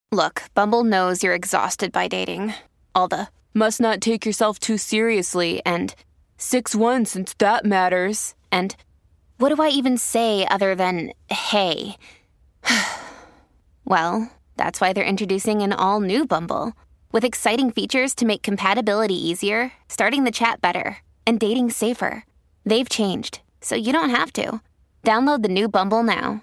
Look, Bumble knows you're exhausted by dating. All the must not take yourself too seriously and 6'1" since that matters. And what do I even say other than hey? Well, that's why they're introducing an all-new Bumble with exciting features to make compatibility easier, starting the chat better, and dating safer. They've changed, so you don't have to. Download the new Bumble now.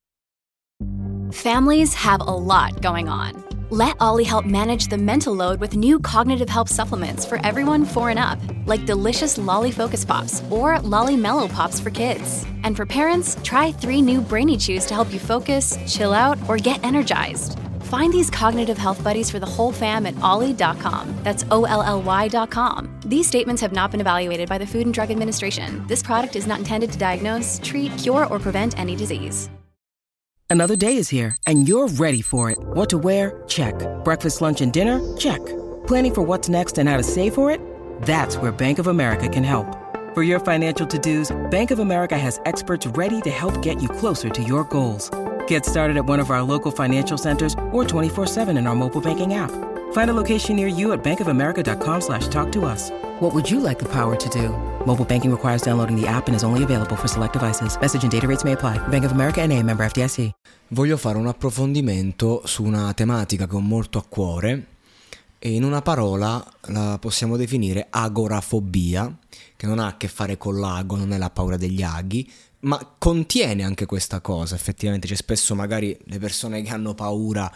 Families have a lot going on. Let Ollie help manage the mental load with new cognitive help supplements for everyone 4 and up, like delicious Lolly Focus Pops or Lolly Mellow Pops for kids. And for parents, try 3 new Brainy Chews to help you focus, chill out, or get energized. Find these cognitive health buddies for the whole fam at ollie.com. That's OLLY.com. These statements have not been evaluated by the Food and Drug Administration. This product is not intended to diagnose, treat, cure, or prevent any disease. Another day is here, and you're ready for it. What to wear? Check. Breakfast, lunch, and dinner? Check. Planning for what's next and how to save for it? That's where Bank of America can help. For your financial to-dos, Bank of America has experts ready to help get you closer to your goals. Get started at one of our local financial centers or 24/7 in our mobile banking app. Find a location near you at bankofamerica.com/talktous. What would you like the power to do? Mobile banking requires downloading the app and is only available for select devices. Message and data rates may apply. Bank of America N.A., member FDIC. Voglio fare un approfondimento su una tematica che ho molto a cuore e in una parola la possiamo definire agorafobia, che non ha a che fare con l'ago, non è la paura degli aghi, ma contiene anche questa cosa. Effettivamente c'è spesso magari le persone che hanno paura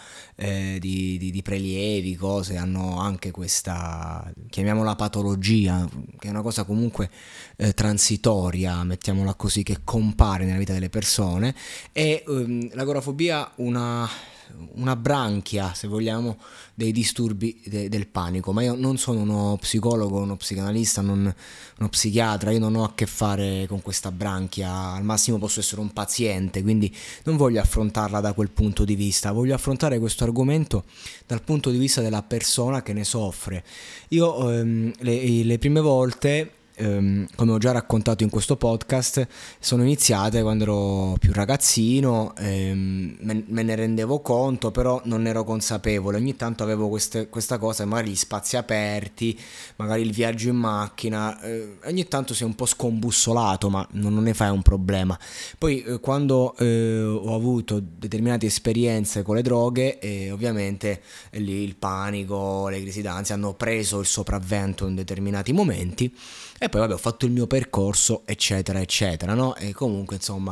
di prelievi, cose, hanno anche questa, chiamiamola patologia, che è una cosa comunque transitoria, mettiamola così, che compare nella vita delle persone. E l'agorafobia una branchia, se vogliamo, dei disturbi del panico. Ma io non sono uno psicologo, uno psicanalista, uno psichiatra, io non ho a che fare con questa branchia, al massimo posso essere un paziente, quindi non voglio affrontarla da quel punto di vista, voglio affrontare questo argomento dal punto di vista della persona che ne soffre. Io le prime volte, come ho già raccontato in questo podcast, sono iniziate quando ero più ragazzino, me ne rendevo conto, però non ero consapevole. Ogni tanto avevo questa cosa, magari gli spazi aperti, magari il viaggio in macchina, ogni tanto sei un po' scombussolato, ma non ne fai un problema. Poi quando ho avuto determinate esperienze con le droghe, ovviamente lì il panico, le crisi d'ansia hanno preso il sopravvento in determinati momenti. E poi vabbè, ho fatto il mio percorso, eccetera eccetera, no? E comunque insomma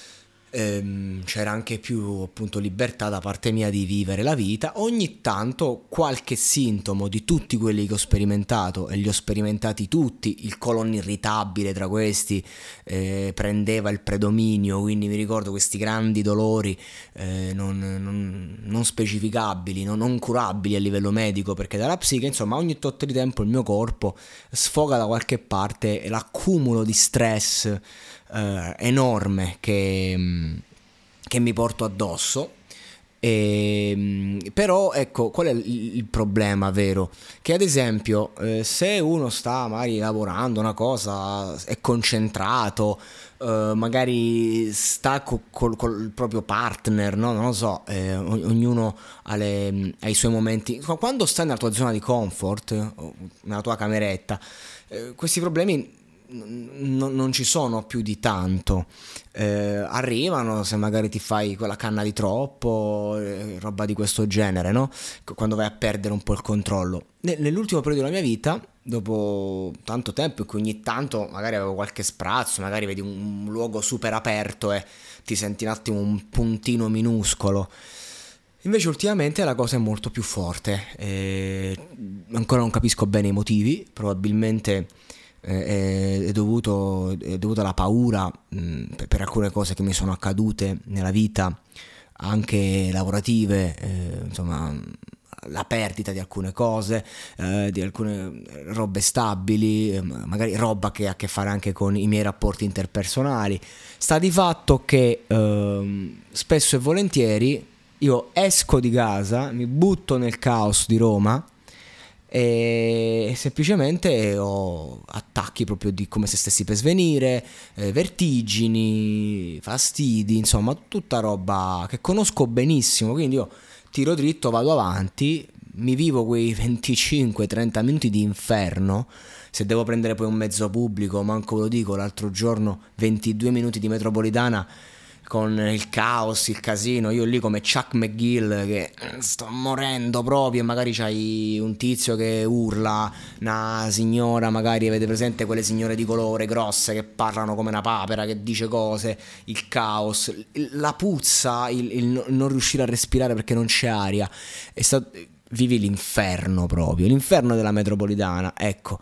c'era anche più appunto libertà da parte mia di vivere la vita. Ogni tanto qualche sintomo di tutti quelli che ho sperimentato, e li ho sperimentati tutti, il colon irritabile tra questi prendeva il predominio, quindi mi ricordo questi grandi dolori non specificabili, non curabili a livello medico, perché dalla psiche, insomma, ogni tot di tempo il mio corpo sfoga da qualche parte l'accumulo di stress enorme che mi porto addosso. Però ecco, qual è il problema vero? Che ad esempio se uno sta magari lavorando una cosa, è concentrato, magari sta col proprio partner, no? Non lo so, ognuno ha i suoi momenti. Quando stai nella tua zona di comfort, nella tua cameretta, questi problemi non ci sono più di tanto. Arrivano se magari ti fai quella canna di troppo, roba di questo genere, no? Quando vai a perdere un po' il controllo. Nell'ultimo periodo della mia vita, dopo tanto tempo in cui ogni tanto magari avevo qualche sprazzo, magari vedi un luogo super aperto e ti senti un attimo un puntino minuscolo. Invece ultimamente la cosa è molto più forte, ancora non capisco bene i motivi, probabilmente è dovuta alla paura per alcune cose che mi sono accadute nella vita, anche lavorative, insomma, la perdita di alcune cose, di alcune robe stabili, magari roba che ha a che fare anche con i miei rapporti interpersonali. Sta di fatto che spesso e volentieri io esco di casa, mi butto nel caos di Roma e semplicemente ho attacchi proprio di come se stessi per svenire, vertigini, fastidi, insomma tutta roba che conosco benissimo. Quindi io tiro dritto, vado avanti, mi vivo quei 25-30 minuti di inferno. Se devo prendere poi un mezzo pubblico, manco ve lo dico, l'altro giorno 22 minuti di metropolitana con il caos, il casino, io lì come Chuck McGill che sto morendo proprio, e magari c'hai un tizio che urla, una signora, magari avete presente quelle signore di colore grosse che parlano come una papera, che dice cose, il caos, la puzza, il non riuscire a respirare perché non c'è aria, vivi l'inferno proprio, l'inferno della metropolitana, ecco.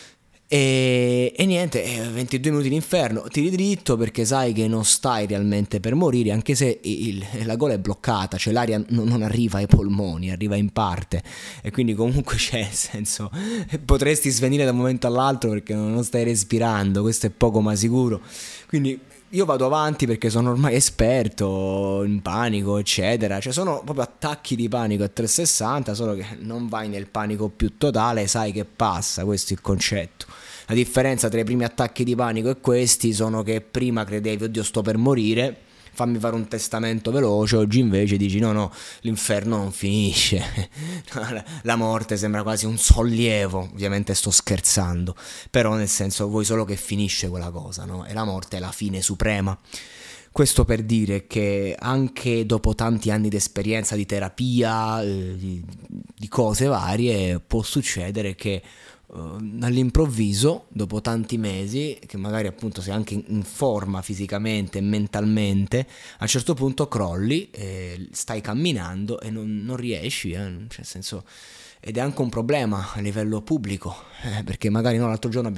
E niente, 22 minuti di inferno, tiri dritto perché sai che non stai realmente per morire, anche se la gola è bloccata, cioè l'aria non arriva ai polmoni, arriva in parte, e quindi comunque c'è, nel senso, potresti svenire da un momento all'altro perché non stai respirando, questo è poco ma sicuro. Quindi io vado avanti perché sono ormai esperto in panico, eccetera, cioè sono proprio attacchi di panico a 360, solo che non vai nel panico più totale, sai che passa, questo è il concetto. La differenza tra i primi attacchi di panico e questi sono che prima credevi, oddio sto per morire, fammi fare un testamento veloce, oggi invece dici no, l'inferno non finisce, la morte sembra quasi un sollievo, ovviamente sto scherzando, però nel senso vuoi solo che finisce quella cosa, no? E la morte è la fine suprema. Questo per dire che anche dopo tanti anni di esperienza, di terapia, di cose varie, può succedere che all'improvviso, dopo tanti mesi, che magari appunto sei anche in forma fisicamente e mentalmente, a un certo punto crolli, stai camminando e non riesci, cioè nel senso, ed è anche un problema a livello pubblico, perché magari l'altro giorno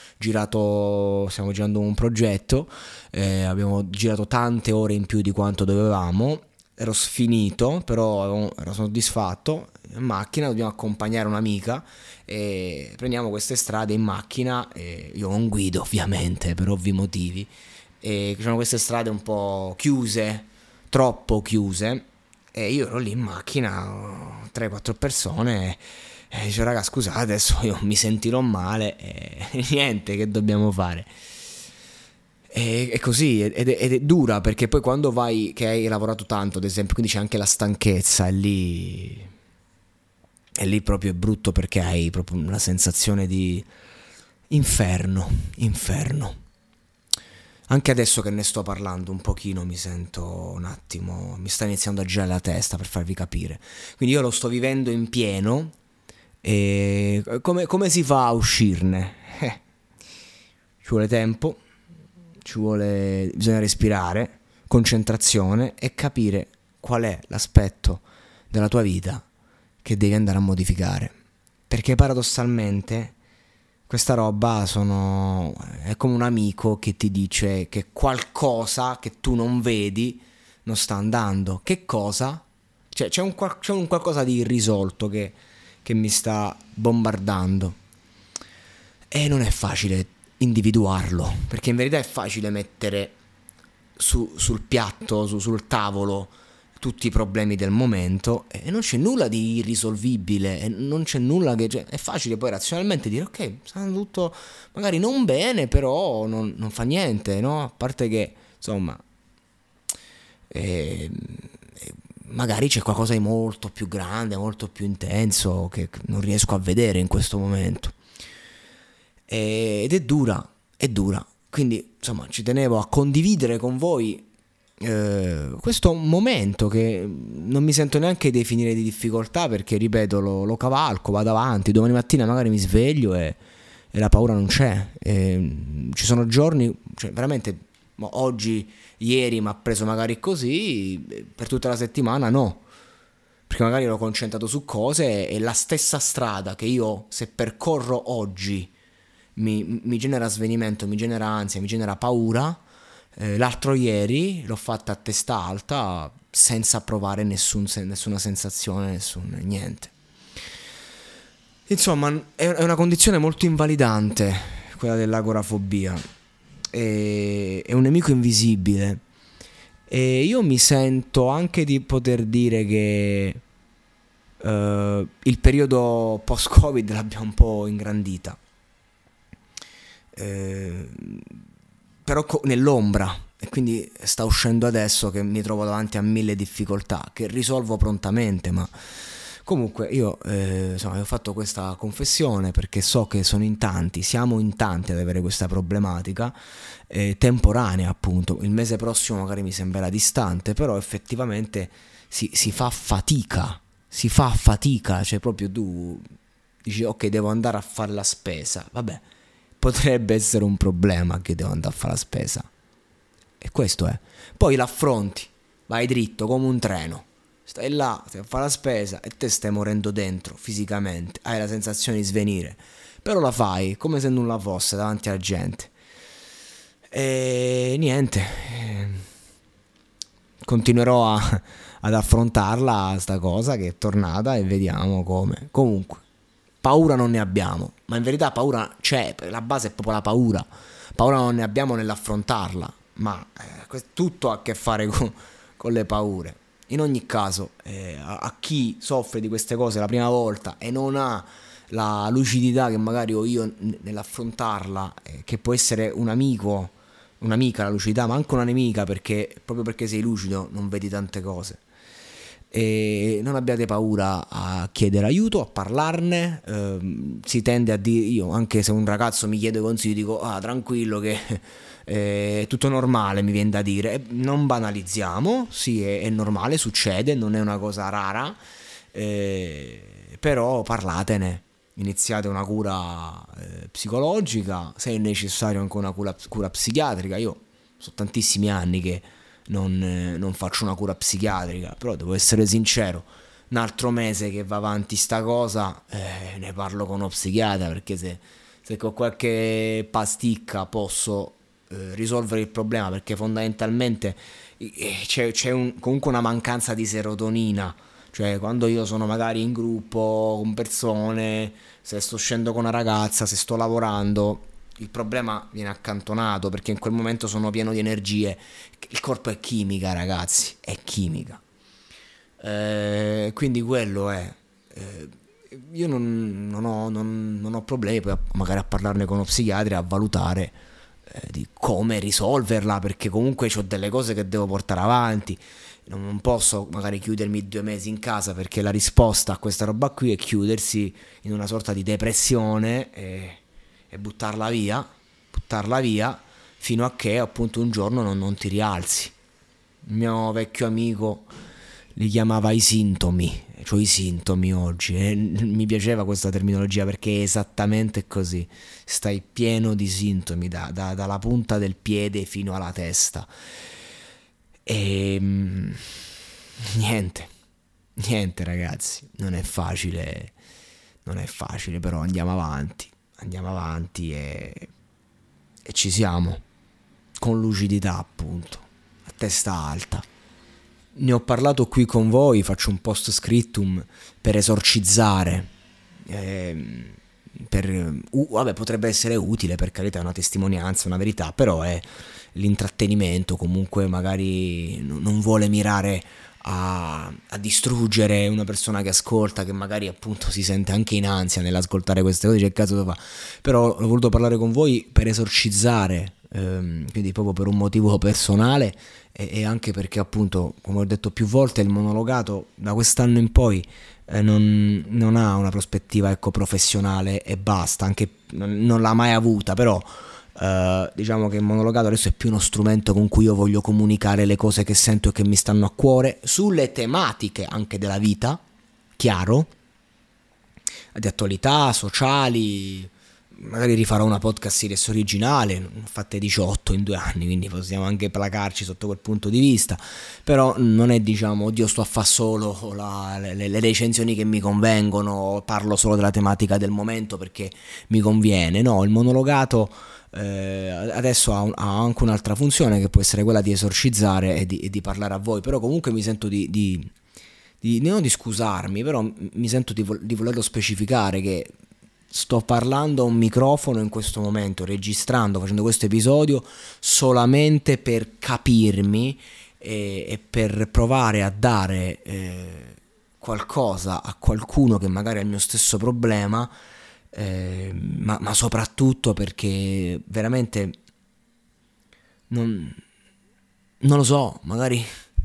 stiamo girando un progetto, abbiamo girato tante ore in più di quanto dovevamo, ero sfinito, però ero soddisfatto. In macchina dobbiamo accompagnare un'amica e prendiamo queste strade in macchina, io non guido ovviamente per ovvi motivi, e ci sono queste strade un po' chiuse, troppo chiuse, e io ero lì in macchina, 3-4 persone, e dicevo raga scusate adesso io mi sentirò male e niente, che dobbiamo fare? E così, ed è dura, perché poi quando vai, che hai lavorato tanto ad esempio, quindi c'è anche la stanchezza, e lì proprio è brutto, perché hai proprio una sensazione di inferno. Anche adesso che ne sto parlando un pochino mi sento un attimo, mi sta iniziando a girare la testa, per farvi capire. Quindi io lo sto vivendo in pieno, e come si fa a uscirne? Ci vuole tempo, bisogna respirare, concentrazione e capire qual è l'aspetto della tua vita che devi andare a modificare, perché paradossalmente questa roba è come un amico che ti dice che qualcosa che tu non vedi non sta andando. Che cosa? Cioè c'è un qualcosa di irrisolto che mi sta bombardando, e non è facile individuarlo, perché in verità è facile mettere sul piatto, sul tavolo tutti i problemi del momento, e non c'è nulla di irrisolvibile, e non c'è nulla è facile poi razionalmente dire ok, sta andando tutto magari non bene, però non fa niente, no? A parte che insomma magari c'è qualcosa di molto più grande, molto più intenso che non riesco a vedere in questo momento, ed è dura, quindi insomma ci tenevo a condividere con voi questo momento che non mi sento neanche definire di difficoltà, perché ripeto, lo cavalco, vado avanti, domani mattina magari mi sveglio e la paura non c'è, ci sono giorni, cioè veramente oggi, ieri mi ha preso magari così, per tutta la settimana no, perché magari ero concentrato su cose, e la stessa strada che io, se percorro oggi, mi genera svenimento, mi genera ansia, mi genera paura, l'altro ieri l'ho fatta a testa alta senza provare nessuna sensazione, niente. Insomma è una condizione molto invalidante quella dell'agorafobia, è un nemico invisibile, e io mi sento anche di poter dire che il periodo post-Covid l'abbiamo un po' ingrandita, però nell'ombra, e quindi sta uscendo adesso che mi trovo davanti a 1000 difficoltà che risolvo prontamente, ma comunque io insomma ho fatto questa confessione perché so che siamo in tanti ad avere questa problematica temporanea, appunto. Il mese prossimo magari mi sembrerà distante, però effettivamente si fa fatica, cioè proprio tu dici ok, devo andare a fare la spesa, vabbè, potrebbe essere un problema che devo andare a fare la spesa, e questo è, poi l'affronti, vai dritto come un treno, stai là, stai a fare la spesa e te stai morendo dentro fisicamente, hai la sensazione di svenire, però la fai come se nulla fosse davanti alla gente. E niente, continuerò ad affrontarla sta cosa che è tornata e vediamo come. Comunque paura non ne abbiamo, ma in verità paura c'è, la base è proprio la paura non ne abbiamo nell'affrontarla, ma tutto ha a che fare con le paure. In ogni caso a chi soffre di queste cose la prima volta e non ha la lucidità che magari ho io nell'affrontarla, che può essere un amico, un'amica la lucidità, ma anche una nemica, perché proprio perché sei lucido non vedi tante cose. E non abbiate paura a chiedere aiuto, a parlarne. Si tende a dire, io anche se un ragazzo mi chiede consigli dico tranquillo che è tutto normale, mi viene da dire, non banalizziamo, sì è normale, succede, non è una cosa rara, però parlatene, iniziate una cura psicologica, se è necessario anche una cura psichiatrica. Io sono tantissimi anni che non faccio una cura psichiatrica, però devo essere sincero, un altro mese che va avanti sta cosa, ne parlo con uno psichiatra, perché se con qualche pasticca posso risolvere il problema, perché fondamentalmente c'è comunque una mancanza di serotonina, cioè quando io sono magari in gruppo con persone, se sto uscendo con una ragazza, se sto lavorando, il problema viene accantonato perché in quel momento sono pieno di energie. Il corpo è chimica, ragazzi, è chimica. Quindi quello è. Io non ho problemi poi magari a parlarne con uno psichiatra, a valutare di come risolverla, perché comunque ho delle cose che devo portare avanti. Non posso magari chiudermi 2 mesi in casa, perché la risposta a questa roba qui è chiudersi in una sorta di depressione e buttarla via fino a che appunto un giorno non ti rialzi. Il mio vecchio amico li chiamava i sintomi, cioè i sintomi oggi, e mi piaceva questa terminologia perché è esattamente così, stai pieno di sintomi dalla punta del piede fino alla testa e niente ragazzi, non è facile, però andiamo avanti e ci siamo, con lucidità appunto, a testa alta. Ne ho parlato qui con voi, faccio un post scriptum per esorcizzare, vabbè, potrebbe essere utile, per carità, è una testimonianza, una verità, però è l'intrattenimento, comunque magari non vuole mirare a distruggere una persona che ascolta, che magari appunto si sente anche in ansia nell'ascoltare queste cose, c'è il caso da fare, però ho voluto parlare con voi per esorcizzare, quindi proprio per un motivo personale e anche perché appunto, come ho detto più volte, il monologato da quest'anno in poi non ha una prospettiva professionale e basta, anche non l'ha mai avuta, però diciamo che il monologato adesso è più uno strumento con cui io voglio comunicare le cose che sento e che mi stanno a cuore sulle tematiche anche della vita, chiaro, di attualità, sociali. Magari rifarò una podcast series originale, ne ho fatte 18 in 2 anni, quindi possiamo anche placarci sotto quel punto di vista, però non è, diciamo, oddio, sto a fare solo le recensioni che mi convengono, parlo solo della tematica del momento perché mi conviene. No, il monologato adesso ha anche un'altra funzione, che può essere quella di esorcizzare e di parlare a voi, però comunque mi sento non di scusarmi, però mi sento di volerlo specificare, che sto parlando a un microfono in questo momento, registrando, facendo questo episodio solamente per capirmi e per provare a dare qualcosa a qualcuno che magari ha il mio stesso problema, ma soprattutto perché veramente non non lo so, magari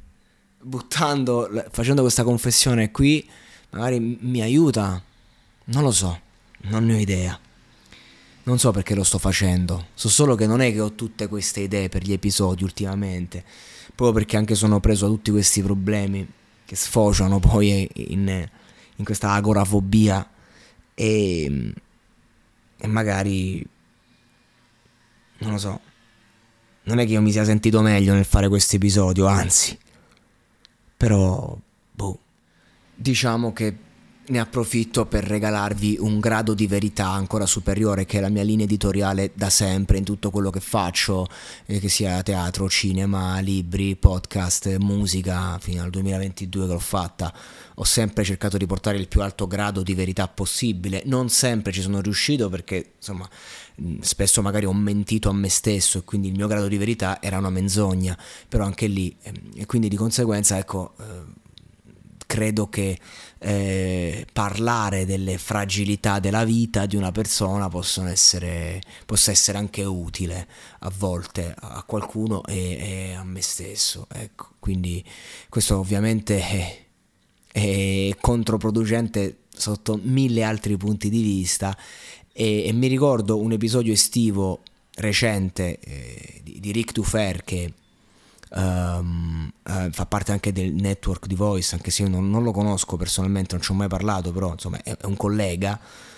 facendo questa confessione qui, magari mi aiuta, non lo so, non ne ho idea. Non so perché lo sto facendo, so solo che non è che ho tutte queste idee per gli episodi ultimamente, proprio perché anche sono preso a tutti questi problemi che sfociano poi in questa agorafobia e magari, non lo so, non è che io mi sia sentito meglio nel fare questo episodio, anzi, però, diciamo che ne approfitto per regalarvi un grado di verità ancora superiore, che è la mia linea editoriale da sempre in tutto quello che faccio, che sia teatro, cinema, libri, podcast, musica. Fino al 2022 che l'ho fatta ho sempre cercato di portare il più alto grado di verità possibile. Non sempre ci sono riuscito, perché insomma spesso magari ho mentito a me stesso e quindi il mio grado di verità era una menzogna, però anche lì, e quindi di conseguenza ecco, credo che parlare delle fragilità della vita di una persona possa essere anche utile a volte a qualcuno e a me stesso, ecco. Quindi questo ovviamente è controproducente sotto 1000 altri punti di vista, e mi ricordo un episodio estivo recente di Rick Dufer, che fa parte anche del network di Voice, anche se io non lo conosco personalmente, non ci ho mai parlato, però insomma è un collega,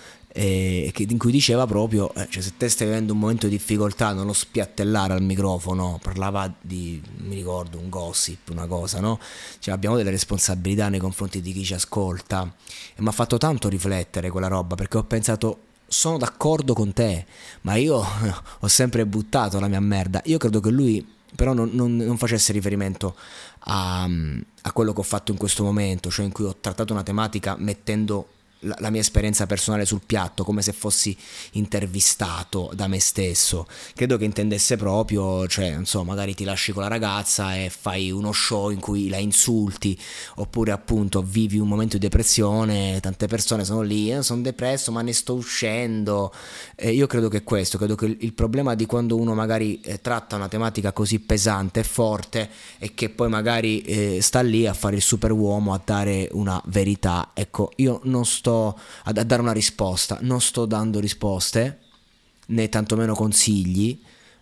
in cui diceva proprio, cioè, se te stai vivendo un momento di difficoltà non lo spiattellare al microfono. Parlava di, mi ricordo, un gossip, una cosa, no? Cioè, abbiamo delle responsabilità nei confronti di chi ci ascolta, e mi ha fatto tanto riflettere quella roba, perché ho pensato, sono d'accordo con te, ma io ho sempre buttato la mia merda. Io credo che lui però non facesse riferimento a quello che ho fatto in questo momento, cioè in cui ho trattato una tematica mettendo la mia esperienza personale sul piatto, come se fossi intervistato da me stesso. Credo che intendesse proprio, cioè, non so, magari ti lasci con la ragazza e fai uno show in cui la insulti, oppure appunto vivi un momento di depressione, tante persone sono lì, sono depresso ma ne sto uscendo. Io credo che credo che il problema di quando uno magari tratta una tematica così pesante e forte, è che poi magari sta lì a fare il superuomo, a dare una verità. Ecco, io non sto a dare una risposta, non sto dando risposte né tantomeno consigli,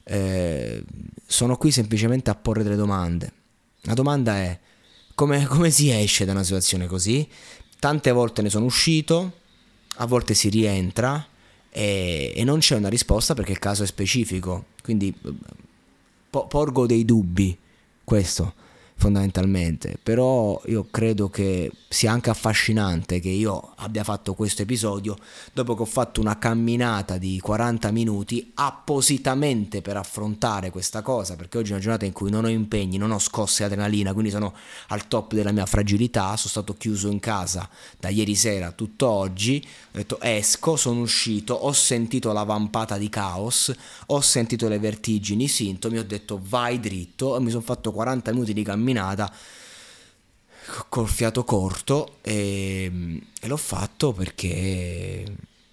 sono qui semplicemente a porre delle domande. La domanda è come si esce da una situazione così? Tante volte ne sono uscito, a volte si rientra e non c'è una risposta perché il caso è specifico, quindi porgo dei dubbi, questo fondamentalmente. Però io credo che sia anche affascinante che io abbia fatto questo episodio dopo che ho fatto una camminata di 40 minuti appositamente per affrontare questa cosa, perché oggi è una giornata in cui non ho impegni, non ho scosse adrenalina, quindi sono al top della mia fragilità. Sono stato chiuso in casa da ieri sera tutto oggi, ho detto esco, sono uscito, ho sentito la vampata di caos, ho sentito le vertigini, i sintomi, ho detto vai dritto, e mi sono fatto 40 minuti di camminata col fiato corto, e l'ho fatto perché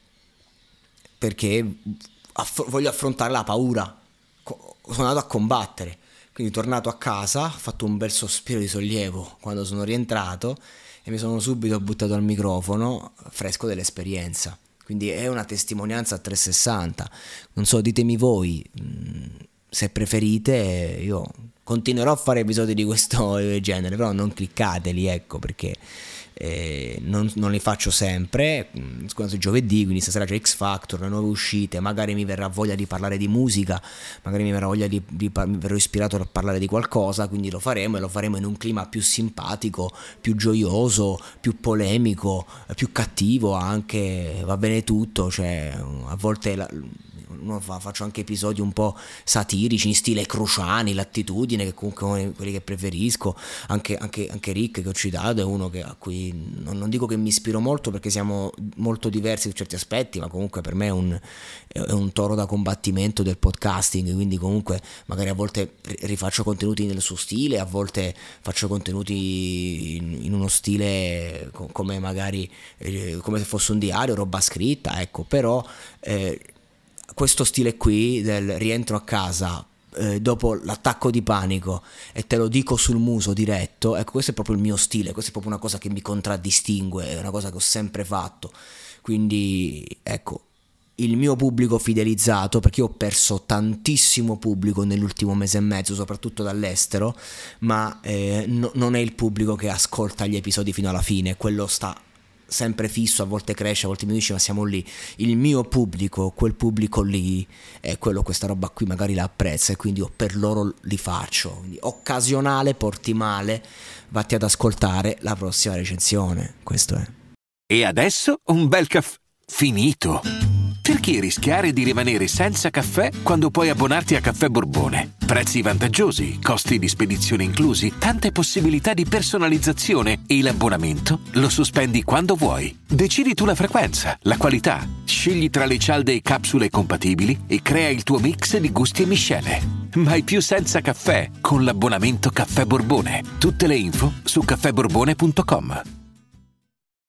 voglio affrontare la paura. Sono andato a combattere, quindi tornato a casa ho fatto un bel sospiro di sollievo quando sono rientrato e mi sono subito buttato al microfono fresco dell'esperienza. Quindi è una testimonianza a 360. Non so, ditemi voi se preferite. Io continuerò a fare episodi di questo genere, però non cliccateli, ecco, perché non li faccio sempre. Scusa, giovedì, quindi stasera c'è X Factor, le nuove uscite, magari mi verrà voglia di parlare di musica, magari mi verrà voglia mi verrò ispirato a parlare di qualcosa, quindi lo faremo, e lo faremo in un clima più simpatico, più gioioso, più polemico, più cattivo anche, va bene tutto. Cioè, a volte faccio anche episodi un po' satirici in stile Cruciani, L'attitudine, che comunque quelli che preferisco. Anche Rick, che ho citato, è uno a cui non dico che mi ispiro molto, perché siamo molto diversi su certi aspetti, ma comunque per me è un toro da combattimento del podcasting, quindi comunque magari a volte rifaccio contenuti nel suo stile, a volte faccio contenuti in uno stile come magari come se fosse un diario, roba scritta, ecco. Però questo stile qui del rientro a casa dopo l'attacco di panico e te lo dico sul muso diretto, ecco, questo è proprio il mio stile, questa è proprio una cosa che mi contraddistingue, è una cosa che ho sempre fatto. Quindi ecco, il mio pubblico fidelizzato, perché io ho perso tantissimo pubblico nell'ultimo mese e mezzo, soprattutto dall'estero, ma non è il pubblico che ascolta gli episodi fino alla fine, quello sta sempre fisso, a volte cresce, a volte mi dice ma siamo lì. Il mio pubblico, quel pubblico lì, è quello, questa roba qui magari la apprezza, e quindi io per loro li faccio. Quindi, occasionale, porti male, vatti ad ascoltare la prossima recensione, questo è. E adesso un bel caffè finito. Perché rischiare di rimanere senza caffè quando puoi abbonarti a Caffè Borbone? Prezzi vantaggiosi, costi di spedizione inclusi, tante possibilità di personalizzazione e l'abbonamento lo sospendi quando vuoi. Decidi tu la frequenza, la qualità, scegli tra le cialde e capsule compatibili e crea il tuo mix di gusti e miscele. Mai più senza caffè con l'abbonamento Caffè Borbone. Tutte le info su caffèborbone.com.